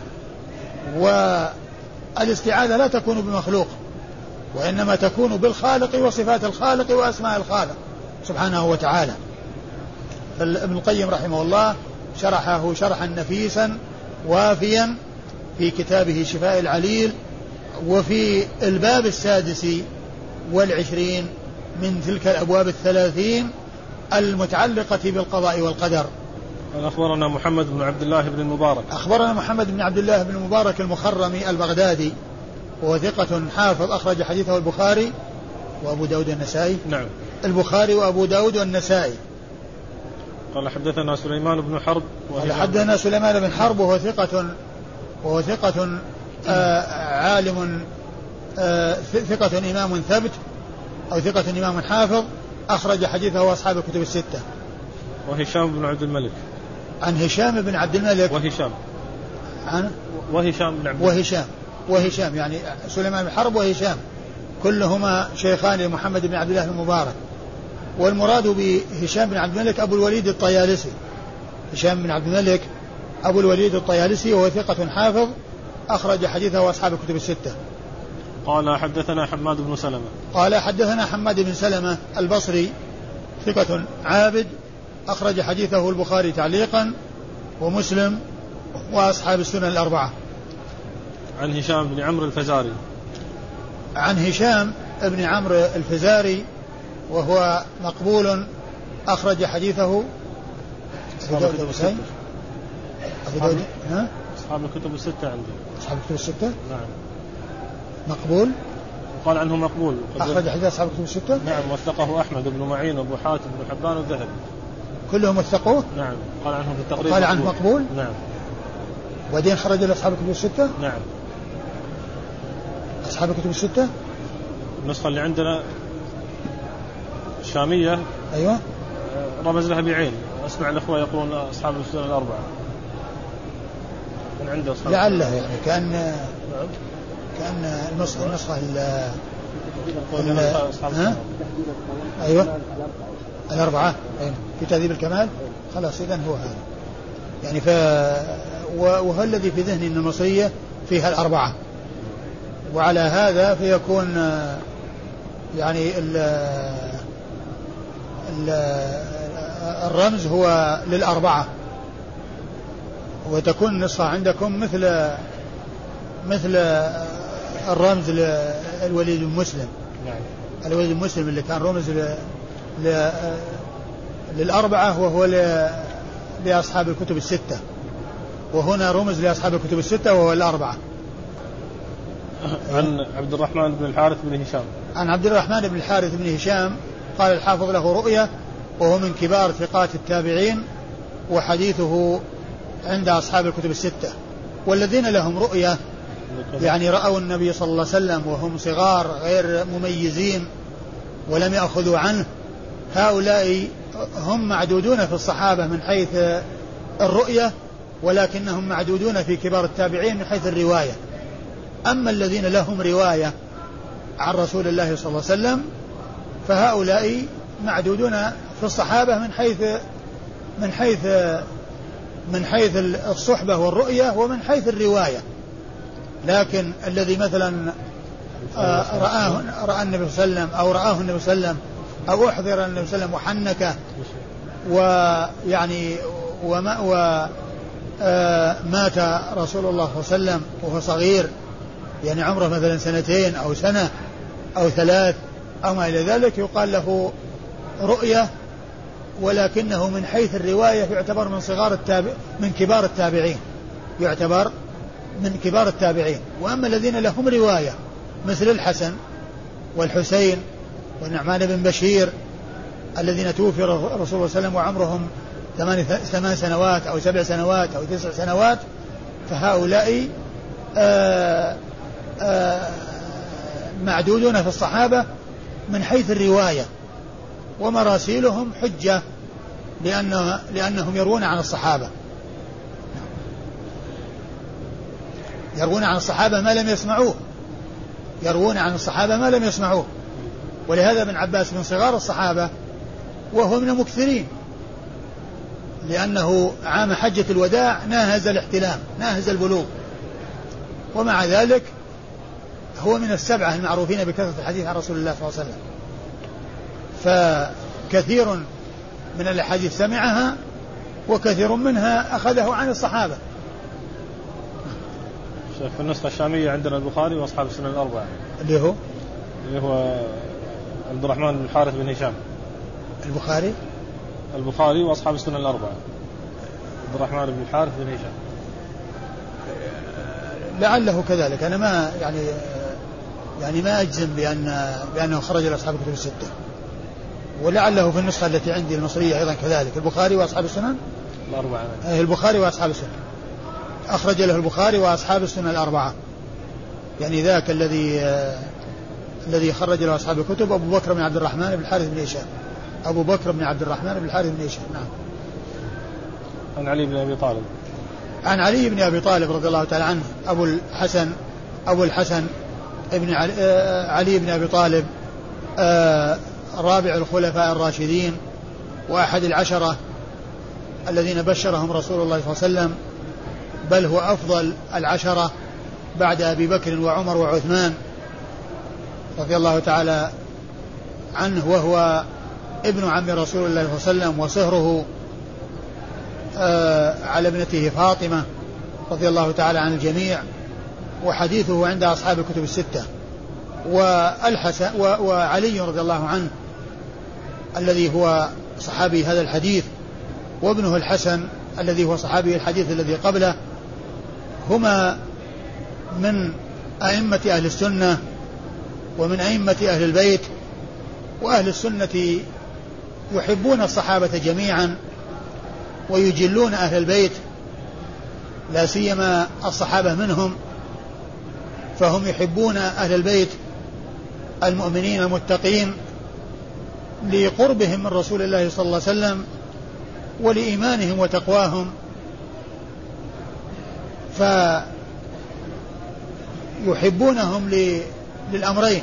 والاستعاذة لا تكون بمخلوق، وإنما تكون بالخالق وصفات الخالق وأسماء الخالق سبحانه وتعالى. ابن القيم رحمه الله شرحه شرحا نفيسا وافيا في كتابه شفاء العليل، وفي الباب السادس والعشرين من تلك الأبواب الثلاثين المتعلقة بالقضاء والقدر. أخبرنا محمد بن عبد الله بن المبارك أخبرنا محمد بن عبد الله بن المبارك المخرمي البغدادي، وهو ثقة حافظ أخرج حديثه البخاري وأبو داود والنسائي. نعم. البخاري وأبو داود والنسائي. قال حدثنا سليمان بن حرب قال حدثنا سليمان بن حرب وهو ثقة وهو ثقة آه عالم آه ثقة إمام ثبت أو ثقة إمام حافظ أخرج حديثه أصحاب الكتب الستة. وهشام بن عبد الملك عن هشام بن عبد الملك وهشام عن وهشام بن عبد وهشام وهشام يعني سليمان بن حرب وهشام كلهما شيخان لمحمد بن عبد الله المبارك. والمراد بهشام بن عبد الملك أبو الوليد الطيالسي. هشام بن عبد الملك أبو الوليد الطيالسي وهو ثقة حافظ أخرج حديثه أصحاب الكتب الستة. قال حدثنا حماد بن سلمة قال حدثنا حماد بن سلمة البصري ثقة عابد أخرج حديثه البخاري تعليقا ومسلم وأصحاب السنن الأربعة. عن هشام بن عمرو الفزاري عن هشام بن عمرو الفزاري وهو مقبول أخرج حديثه أصحاب الكتب الستة. أصحاب, أصحاب الكتب الستة عندي. أصحاب الكتب الستة نعم. مقبول قال عنه مقبول أخرج حديث أصحاب الكتب الستة. نعم وثقه أحمد بن معين وأبو حاتم بن حبان والذهبي كلهم وثقوه. نعم قال عنه في التقريب قال عنه مقبول. نعم. ودين خرج لأصحاب الكتب الستة. نعم. أصحاب الكتب الستة النسخة اللي عندنا الشامية أيوة رمز لها بعين. أسمع الأخوة يقولون أصحاب السنن الأربعة من عنده أصحاب لعله يعني كأن نعم. كأن النسخة النسخة ال ها أيوة الأربعة أيوة. في تهذيب الكمال خلاص إذن هو هذا يعني ف وهو الذي في ذهني أن النصية فيها الأربعة وعلى هذا فيكون يعني ال ال الرمز هو للأربعة وتكون النسخة عندكم مثل مثل الرمز للوليد بن مسلم. نعم. الوليد بن مسلم اللي كان رمز ل... ل... للأربعة وهو ل... لأصحاب الكتب الستة وهنا رمز لأصحاب الكتب الستة وهو الأربعة. عن عبد الرحمن بن الحارث بن هشام عن عبد الرحمن بن الحارث بن هشام قال الحافظ له رؤية وهو من كبار ثقات التابعين وحديثه عند أصحاب الكتب الستة. والذين لهم رؤية يعني رأوا النبي صلى الله عليه وسلم وهم صغار غير مميزين ولم يأخذوا عنه هؤلاء هم معدودون في الصحابة من حيث الرؤية ولكنهم معدودون في كبار التابعين من حيث الرواية. أما الذين لهم رواية عن رسول الله صلى الله عليه وسلم فهؤلاء معدودون في الصحابة من حيث من حيث من حيث الصحبة والرؤية ومن حيث الرواية. لكن الذي مثلا رآه رأى النبي صلى الله عليه وسلم أو رآه النبي صلى الله عليه وسلم أو أحضر النبي صلى الله عليه وسلم وحنك ويعني وما ومات رسول الله صلى الله عليه وسلم وهو صغير يعني عمره مثلا سنتين أو سنة أو ثلاث أو ما إلى ذلك يقال له رؤية ولكنه من حيث الرواية يعتبر من صغار التابع من كبار التابعين يعتبر من كبار التابعين. وأما الذين لهم رواية مثل الحسن والحسين والنعمان بن بشير الذين توفي الرسول صلى الله عليه وسلم وعمرهم ثمان سنوات أو سبع سنوات أو تسع سنوات فهؤلاء آآ آآ معدودون في الصحابة من حيث الرواية ومراسيلهم حجة لأنه لأنهم يروون عن الصحابة يروون عن الصحابة ما لم يسمعوه يروون عن الصحابة ما لم يسمعوه. ولهذا ابن عباس من صغار الصحابة وهو من المكثرين لأنه عام حجة الوداع ناهز الاحتلام ناهز البلوغ ومع ذلك هو من السبعة المعروفين بكثرة الحديث عن رسول الله صلى الله عليه وسلم فكثير من الحديث سمعها وكثير منها أخذه عن الصحابة. في النسخة الشامية عندنا البخاري وأصحاب السنن الأربعة اللي هو اللي هو عبد الرحمن بن الحارث بن هشام البخاري البخاري وأصحاب السنن الأربعة عبد الرحمن بن الحارث بن هشام لعله كذلك. أنا ما يعني يعني ما أجزم بأن بأنه خرج لأصحاب الكتب الستة ولعله في النسخة التي عندي المصرية أيضا كذلك. البخاري وأصحاب السنن الأربعة. البخاري وأصحاب السنن أخرج له البخاري وأصحاب السنن الأربعة، يعني ذاك الذي آه الذي خرج له أصحاب الكتب أبو بكر بن عبد الرحمن بن الحارث بن هشام أبو بكر بن عبد الرحمن بن الحارث بن هشام. نعم. عن علي بن أبي طالب عن علي بن أبي طالب رضي الله تعالى عنه أبو الحسن أبو الحسن ابن علي, آه علي بن أبي طالب آه رابع الخلفاء الراشدين وأحد العشرة الذين بشرهم رسول الله صلى الله عليه وسلم، بل هو أفضل العشرة بعد أبي بكر وعمر وعثمان رضي الله تعالى عنه، وهو ابن عم رسول الله صلى الله عليه وسلم وصهره آه على ابنته فاطمة رضي الله تعالى عن الجميع، وحديثه عند أصحاب الكتب الستة. والحسن وعلي رضي الله عنه الذي هو صحابي هذا الحديث، وابنه الحسن الذي هو صحابي الحديث الذي قبله، هما من أئمة أهل السنة ومن أئمة أهل البيت. وأهل السنة يحبون الصحابة جميعا ويجلون أهل البيت، لا سيما الصحابة منهم، فهم يحبون أهل البيت المؤمنين المتقين لقربهم من رسول الله صلى الله عليه وسلم ولإيمانهم وتقواهم، فيحبونهم للأمرين،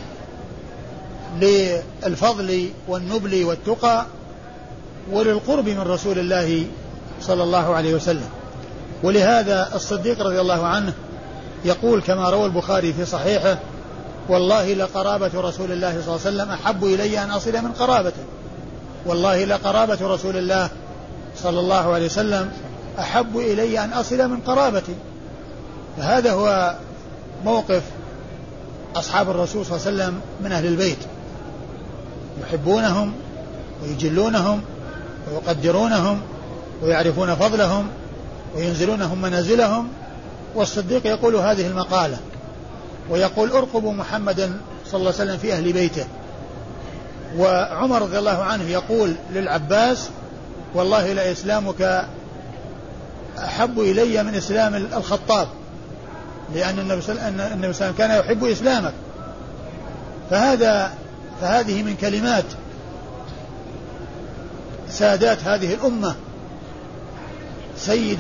للفضل والنبل والتقى وللقرب من رسول الله صلى الله عليه وسلم. ولهذا الصديق رضي الله عنه يقول كما روى البخاري في صحيحه: والله لقرابة رسول الله صلى الله عليه وسلم أحب إلي أن أصل من قرابته. والله لقرابة رسول الله صلى الله عليه وسلم أحب إلي أن أصل من قرابتي. فهذا هو موقف أصحاب الرسول صلى الله عليه وسلم من أهل البيت، يحبونهم ويجلونهم ويقدرونهم ويعرفون فضلهم وينزلونهم منازلهم. والصديق يقول هذه المقالة ويقول: ارقبوا محمدا صلى الله عليه وسلم في أهل بيته. وعمر رضي الله عنه يقول للعباس: والله لإسلامك أحب إلي من إسلام الخطاب، لأن النبي صلى الله عليه وسلم كان يحب إسلامك. فهذا فهذه من كلمات سادات هذه الأمة، سيد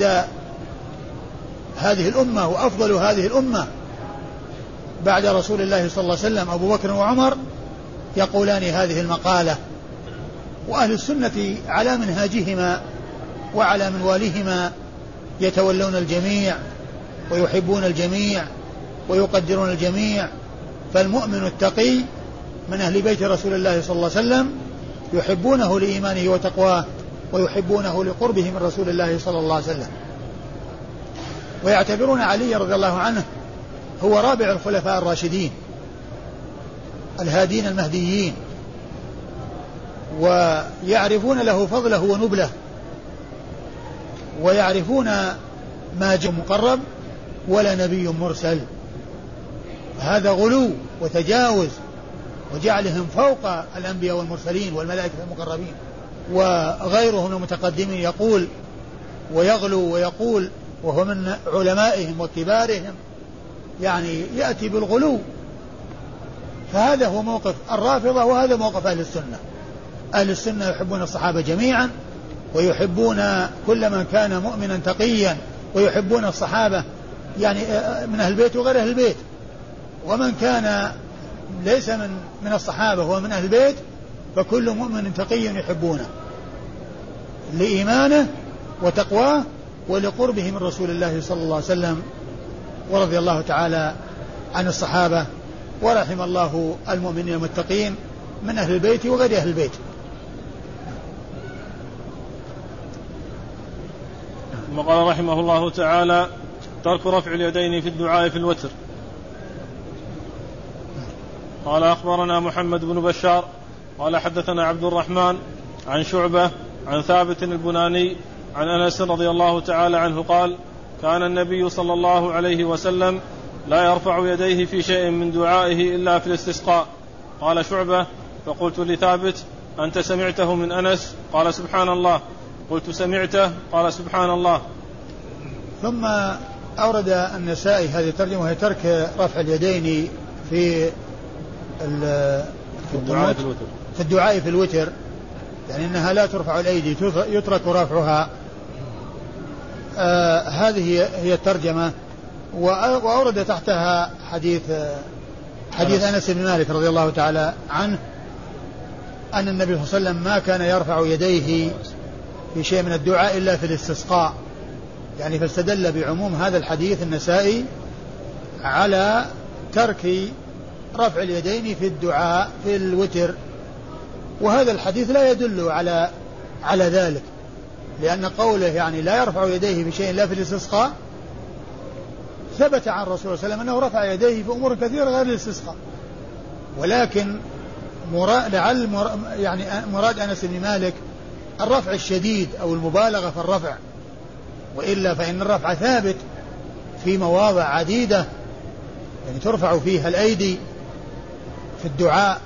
هذه الأمة وأفضل هذه الأمة بعد رسول الله صلى الله عليه وسلم أبو بكر وعمر، يقولان هذه المقالة. وأهل السنة على منهاجهما وعلى منوالهما يتولون الجميع ويحبون الجميع ويقدرون الجميع. فالمؤمن التقي من أهل بيت رسول الله صلى الله عليه وسلم يحبونه لإيمانه وتقواه ويحبونه لقربه من رسول الله صلى الله عليه وسلم، ويعتبرون علي رضي الله عنه هو رابع الخلفاء الراشدين الهادين المهديين، ويعرفون له فضله ونبله، ويعرفون ما جاء مقرب ولا نبي مرسل. هذا غلو وتجاوز وجعلهم فوق الأنبياء والمرسلين والملائكة المقربين. وغيرهم المتقدمين يقول ويغلو ويقول وهو من علمائهم وكبارهم، يعني يأتي بالغلو. فهذا هو موقف الرافضة وهذا موقف أهل السنة. أهل السنة يحبون الصحابة جميعا ويحبون كل من كان مؤمنا تقيا، ويحبون الصحابة يعني من أهل البيت وغير أهل البيت، ومن كان ليس من من الصحابة هو من أهل البيت فكل مؤمن تقي يحبونه لإيمانه وتقواه ولقربه من رسول الله صلى الله عليه وسلم. ورضي الله تعالى عن الصحابة ورحم الله المؤمنين المتقين من أهل البيت وغير أهل البيت. ثم قال رحمه الله تعالى: ترك رفع اليدين في الدعاء في الوتر. قال: أخبرنا محمد بن بشار قال حدثنا عبد الرحمن عن شعبة عن ثابت البناني عن أنس رضي الله تعالى عنه قال: كان النبي صلى الله عليه وسلم لا يرفع يديه في شيء من دعائه إلا في الاستسقاء. قال شعبة: فقلت لثابت: أنت سمعته من أنس؟ قال سبحان الله. قلت سمعته؟ قال سبحان الله. ثم أورد النسائي هذه الترجمة وهي ترك رفع اليدين في في الدعاء في الوتر في الدعاء في الوتر، يعني أنها لا ترفع الأيدي يترك رفعها. آه هذه هي الترجمة. وأورد تحتها حديث حديث أنس بن مالك رضي الله تعالى عنه أن النبي صلى الله عليه وسلم ما كان يرفع يديه في شيء من الدعاء إلا في الاستسقاء، يعني فاستدل بعموم هذا الحديث النسائي على ترك رفع اليدين في الدعاء في الوتر، وهذا الحديث لا يدل على على ذلك، لأن قوله يعني لا يرفع يديه في شيء لا في الاستسقاء ثبت عن الرسول صلى الله عليه وسلم أنه رفع يديه في أمور كثيرة غير الاستسقاء، ولكن مراد لعل يعني مراد أنس بن مالك الرفع الشديد أو المبالغة في الرفع، وإلا فإن الرفع ثابت في مواضع عديدة يعني ترفع فيها الأيدي في الدعاء.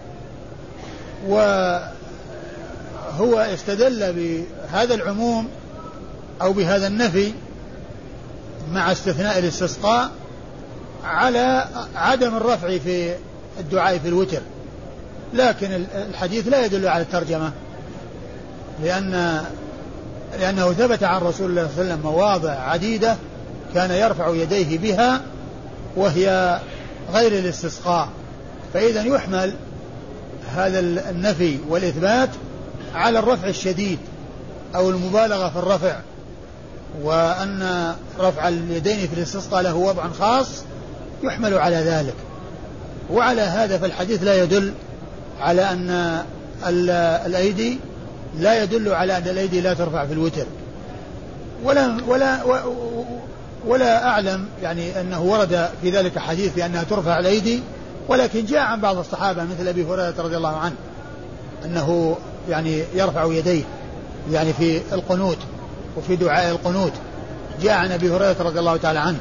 وهو استدل بهذا العموم أو بهذا النفي مع استثناء الاستسقاء على عدم الرفع في الدعاء في الوتر، لكن الحديث لا يدل على الترجمة، لأن لأنه ثبت عن رسول الله صلى الله عليه وسلم مواضع عديدة كان يرفع يديه بها وهي غير الاستسقاء، فإذا يحمل هذا النفي والإثبات على الرفع الشديد أو المبالغة في الرفع، وأن رفع اليدين في الاستسقاء له وضع خاص يحمل على ذلك. وعلى هذا فالحديث لا يدل على أن الأيدي لا يدل على أن الأيدي لا ترفع في الوتر، ولا ولا ولا أعلم يعني أنه ورد في ذلك حديث بأنها ترفع الأيدي، ولكن جاء عن بعض الصحابة مثل أبي هريرة رضي الله عنه أنه يعني يرفع يديه يعني في القنوت وفي دعاء القنوت، جاء عن أبي هريرة رضي الله تعالى عنه.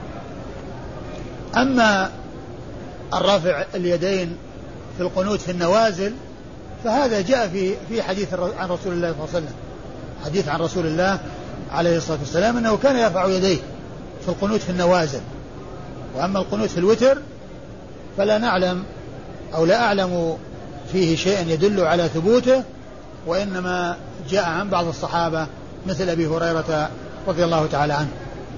أما الرفع اليدين في القنوت في النوازل فهذا جاء في في حديث عن رسول الله صلى الله عليه وسلم، حديث عن رسول الله عليه الصلاة والسلام أنه كان يرفع يديه في القنوت في النوازل. وأما القنوت في الوتر فلا نعلم أو لا أعلم فيه شيئا يدل على ثبوته، وإنما جاء عن بعض الصحابة مثل أبي هريرة رضي الله تعالى عنه.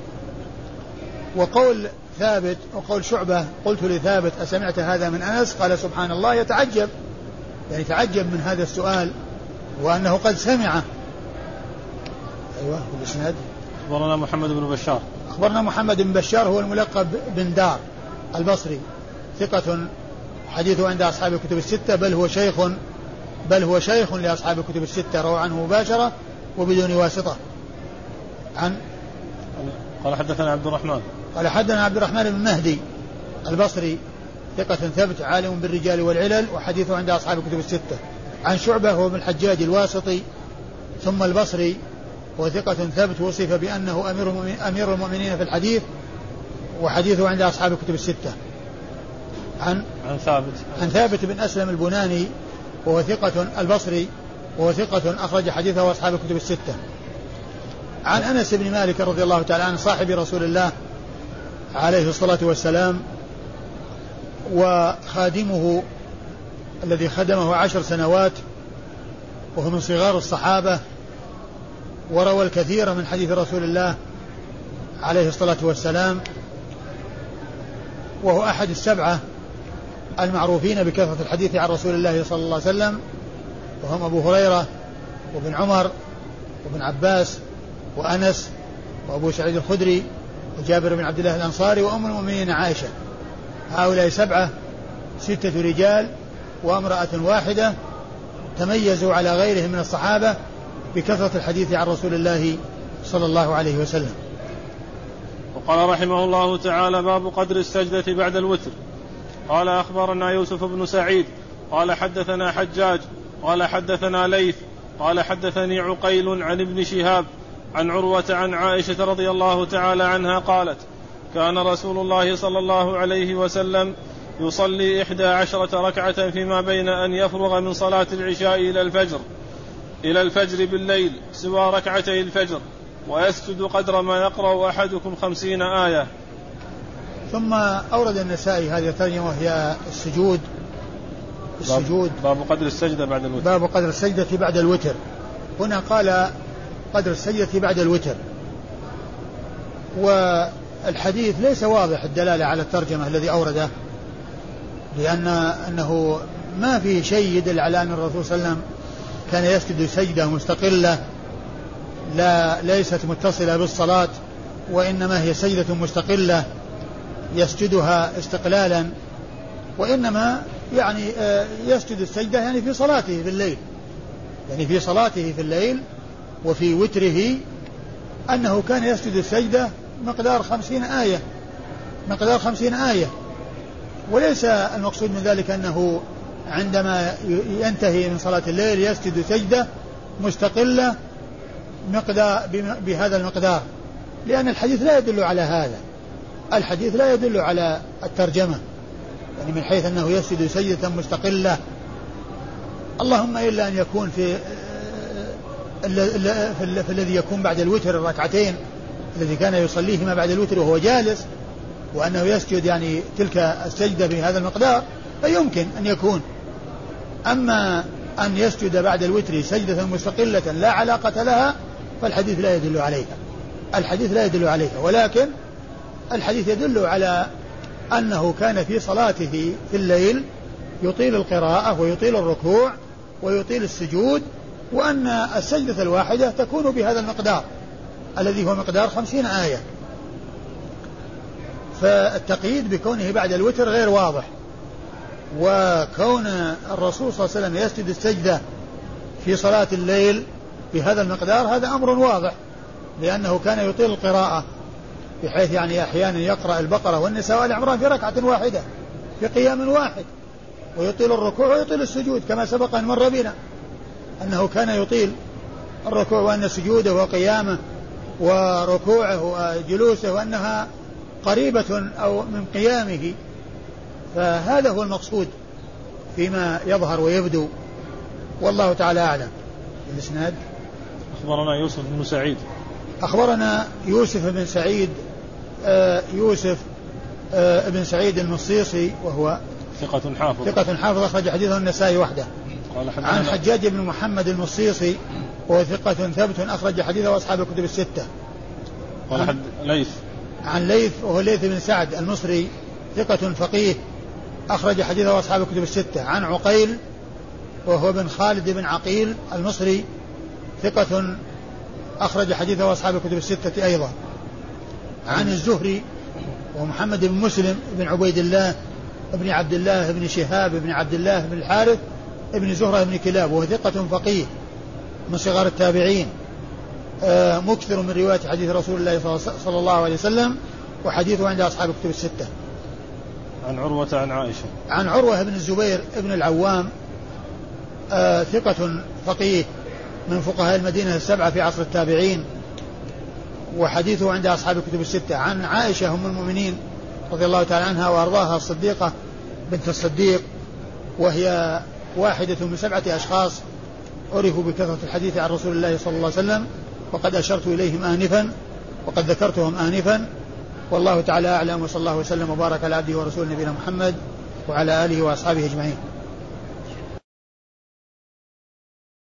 وقول ثابت وقول شعبة قلت لثابت أسمعت هذا من أنس؟ قال سبحان الله، يتعجب يعني تعجب من هذا السؤال وأنه قد سمعه. أيوة بالإسناد. أخبرنا محمد بن بشار أخبرنا محمد بن بشار هو الملقب بن دار البصري، ثقة حديثه عند أصحاب الكتب الستة، بل هو شيخ بل هو شيخ لأصحاب الكتب الستة، روى عنه مباشرة وبدون واسطة. عن قال حدثنا عبد الرحمن قال حدثنا عبد الرحمن بن مهدي البصري، ثقة ثبت عالم بالرجال والعلل، وحديثه عند أصحاب الكتب الستة. عن شعبة هو بن الحجاج الواسطي ثم البصري، وثقة ثبت وصف بأنه أمير المؤمنين, أمير المؤمنين في الحديث، وحديثه عند أصحاب الكتب الستة. عن عن ثابت عن ثابت بن أسلم البناني وهو ثقة البصري وهو ثقة أخرج حديثه أصحاب الكتب الستة. عن أنس بن مالك رضي الله تعالى عنه صاحب رسول الله عليه الصلاة والسلام وخادمه الذي خدمه عشر سنوات، وهو من صغار الصحابة، وروى الكثير من حديث رسول الله عليه الصلاة والسلام، وهو أحد السبعة المعروفين بكثرة الحديث عن رسول الله صلى الله عليه وسلم، وهم أبو هريرة وابن عمر وابن عباس وأنس وأبو سعيد الخدري وجابر بن عبد الله الأنصاري وأم المؤمنين عائشة. هؤلاء سبعة ستة رجال وامرأة واحدة تميزوا على غيرهم من الصحابة بكثرة الحديث عن رسول الله صلى الله عليه وسلم. وقال رحمه الله تعالى: باب قدر السجدة بعد الوتر. قال: أخبرنا يوسف بن سعيد قال حدثنا حجاج قال حدثنا ليث قال حدثني عقيل عن ابن شهاب عن عروة عن عائشة رضي الله تعالى عنها قالت: كان رسول الله صلى الله عليه وسلم يصلي إحدى عشرة ركعة فيما بين أن يفرغ من صلاة العشاء إلى الفجر إلى الفجر بالليل سوى ركعتي الفجر، ويسجد قدر ما يقرأ أحدكم خمسين آية. ثم أورد النسائي هذه الترجمة وهي السجود السجود باب قدر السجدة بعد الوتر. باب قدر السجدة بعد الوتر. هنا قال قدر السجدة بعد الوتر، والحديث ليس واضح الدلالة على الترجمة الذي أورده، لأن أنه ما في شيء يدل على أن الرسول صلى الله عليه وسلم كان يسجد سجدة مستقلة لا ليست متصلة بالصلاة، وإنما هي سجدة مستقلة يسجدها استقلالا، وإنما يعني يسجد السجدة يعني في صلاته في الليل، يعني في صلاته في الليل وفي وتره أنه كان يسجد السجدة مقدار خمسين آية مقدار خمسين آية، وليس المقصود من ذلك أنه عندما ينتهي من صلاة الليل يسجد سجدة مستقلة مقدار بهذا المقدار، لأن الحديث لا يدل على هذا. الحديث لا يدل على الترجمة، يعني من حيث أنه يسجد سجدة مستقلة، اللهم إلا أن يكون في في الذي يكون بعد الوتر الركعتين الذي كان يصليهما بعد الوتر وهو جالس، وأنه يسجد يعني تلك السجدة بهذا المقدار فيمكن أن يكون. أما أن يسجد بعد الوتر سجدة مستقلة لا علاقة لها فالحديث لا يدل عليها الحديث لا يدل عليها ولكن الحديث يدل على أنه كان في صلاته في الليل يطيل القراءة ويطيل الركوع ويطيل السجود، وأن السجدة الواحدة تكون بهذا المقدار الذي هو مقدار خمسين آية. فالتقييد بكونه بعد الوتر غير واضح، وكون الرسول صلى الله عليه وسلم يسجد السجدة في صلاة الليل بهذا المقدار هذا أمر واضح، لأنه كان يطيل القراءة بحيث يعني أحيانا يقرأ البقرة والنساء والعمران في ركعة واحدة في قيام واحد، ويطيل الركوع ويطيل السجود كما سبق أن مر بنا أنه كان يطيل الركوع وأن سجوده وقيامه وركوعه وجلوسه وأنها قريبة أو من قيامه. فهذا هو المقصود فيما يظهر ويبدو، والله تعالى أعلم. الإسناد أخبرنا يوسف بن سعيد أخبرنا يوسف بن سعيد آه يوسف آه بن سعيد المصيصي وهو ثقة حافظ ثقة حافظ أخرج حديثه النسائي وحده. عن حجاج بن محمد المصيصي وهو ثقة ثبت أخرج حديثه أصحاب الكتب الستة. قال حد ليث عن ليث وهو ليث بن سعد المصري ثقة فقيه أخرج حديثه أصحاب الكتب الستة. عن عقيل وهو بن خالد بن عقيل المصري ثقة أخرج حديثه أصحاب الكتب الستة أيضا. عن الزهري ومحمد بن مسلم بن عبيد الله ابن عبد الله بن شهاب بن عبد الله بن الحارث ابن زهرة بن كلاب وهو ثقة فقيه من صغار التابعين آه مكثر من رواية حديث رسول الله صلى الله عليه وسلم وحديثه عند أصحاب الكتب الستة. عن عروة عن عائشة عن عروة بن الزبير بن العوام آه ثقة فقيه من فقهاء المدينة السبعة في عصر التابعين وحديثه عند أصحاب الكتب الستة. عن عائشة أم المؤمنين رضي الله تعالى عنها وأرضاها الصديقة بنت الصديق وهي واحدة من سبعة أشخاص عرفوا بكثرة الحديث عن رسول الله صلى الله عليه وسلم وقد أشرت إليهم آنفا وقد ذكرتهم آنفا، والله تعالى أعلم، وصلى الله وسلم وبارك على عبده ورسوله نبينا محمد وعلى آله وأصحابه أجمعين.